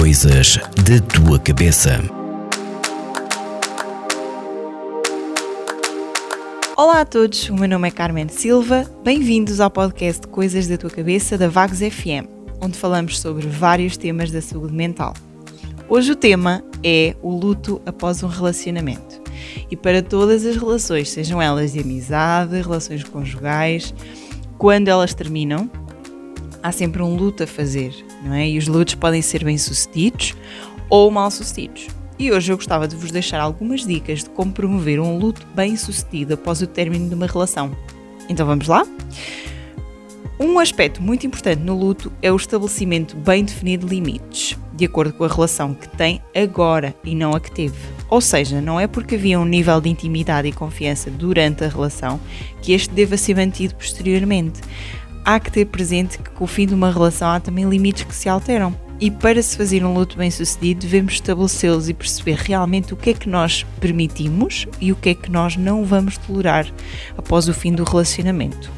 Coisas da tua cabeça. Olá a todos, o meu nome é Carmen Silva, bem-vindos ao podcast Coisas da tua cabeça da Vagos FM, onde falamos sobre vários temas da saúde mental. Hoje o tema é o luto após um relacionamento. E para todas as relações, sejam elas de amizade, relações conjugais, quando elas terminam, há sempre um luto a fazer, não é? E os lutos podem ser bem-sucedidos ou mal-sucedidos. E hoje eu gostava de vos deixar algumas dicas de como promover um luto bem-sucedido após o término de uma relação. Então vamos lá? Um aspecto muito importante no luto é o estabelecimento bem definido de limites, de acordo com a relação que tem agora e não a que teve. Ou seja, não é porque havia um nível de intimidade e confiança durante a relação que este deva ser mantido posteriormente. Há que ter presente que com o fim de uma relação há também limites que se alteram. E para se fazer um luto bem-sucedido, devemos estabelecê-los e perceber realmente o que é que nós permitimos e o que é que nós não vamos tolerar após o fim do relacionamento.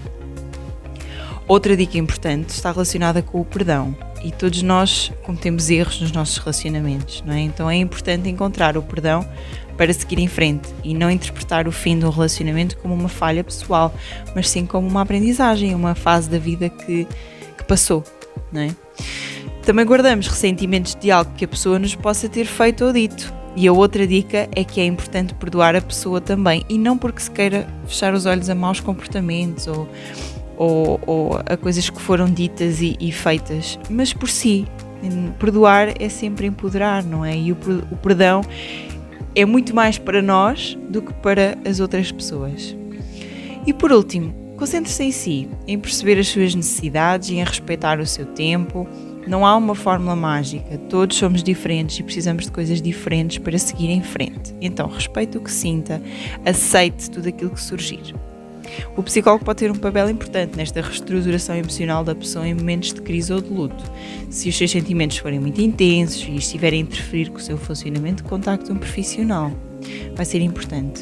Outra dica importante está relacionada com o perdão. E todos nós cometemos erros nos nossos relacionamentos, não é? Então é importante encontrar o perdão para seguir em frente e não interpretar o fim de um relacionamento como uma falha pessoal, mas sim como uma aprendizagem, uma fase da vida que passou, não é? Também guardamos ressentimentos de algo que a pessoa nos possa ter feito ou dito. E a outra dica é que é importante perdoar a pessoa também, e não porque se queira fechar os olhos a maus comportamentos ou a coisas que foram ditas e feitas, mas por si. Perdoar é sempre empoderar, não é? E o perdão é muito mais para nós do que para as outras pessoas. E por último, concentre-se em si, em perceber as suas necessidades e em respeitar o seu tempo. Não há uma fórmula mágica, todos somos diferentes e precisamos de coisas diferentes para seguir em frente. Então, respeite o que sinta, aceite tudo aquilo que surgir. O psicólogo pode ter um papel importante nesta reestruturação emocional da pessoa em momentos de crise ou de luto. Se os seus sentimentos forem muito intensos e estiverem a interferir com o seu funcionamento, contacte um profissional. Vai ser importante.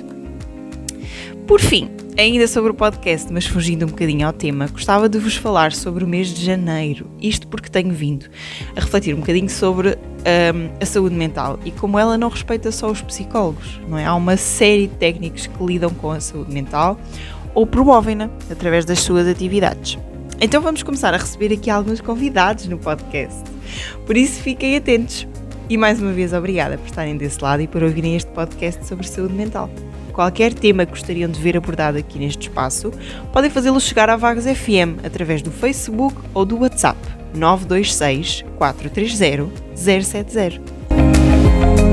Por fim, ainda sobre o podcast, mas fugindo um bocadinho ao tema, gostava de vos falar sobre o mês de janeiro. Isto porque tenho vindo a refletir um bocadinho sobre a saúde mental e como ela não respeita só os psicólogos, não é? Há uma série de técnicos que lidam com a saúde mental ou promovem-na através das suas atividades. Então vamos começar a receber aqui alguns convidados no podcast. Por isso fiquem atentos. E mais uma vez obrigada por estarem desse lado e por ouvirem este podcast sobre saúde mental. Qualquer tema que gostariam de ver abordado aqui neste espaço, podem fazê-lo chegar à Vagos FM através do Facebook ou do WhatsApp 926 430 070.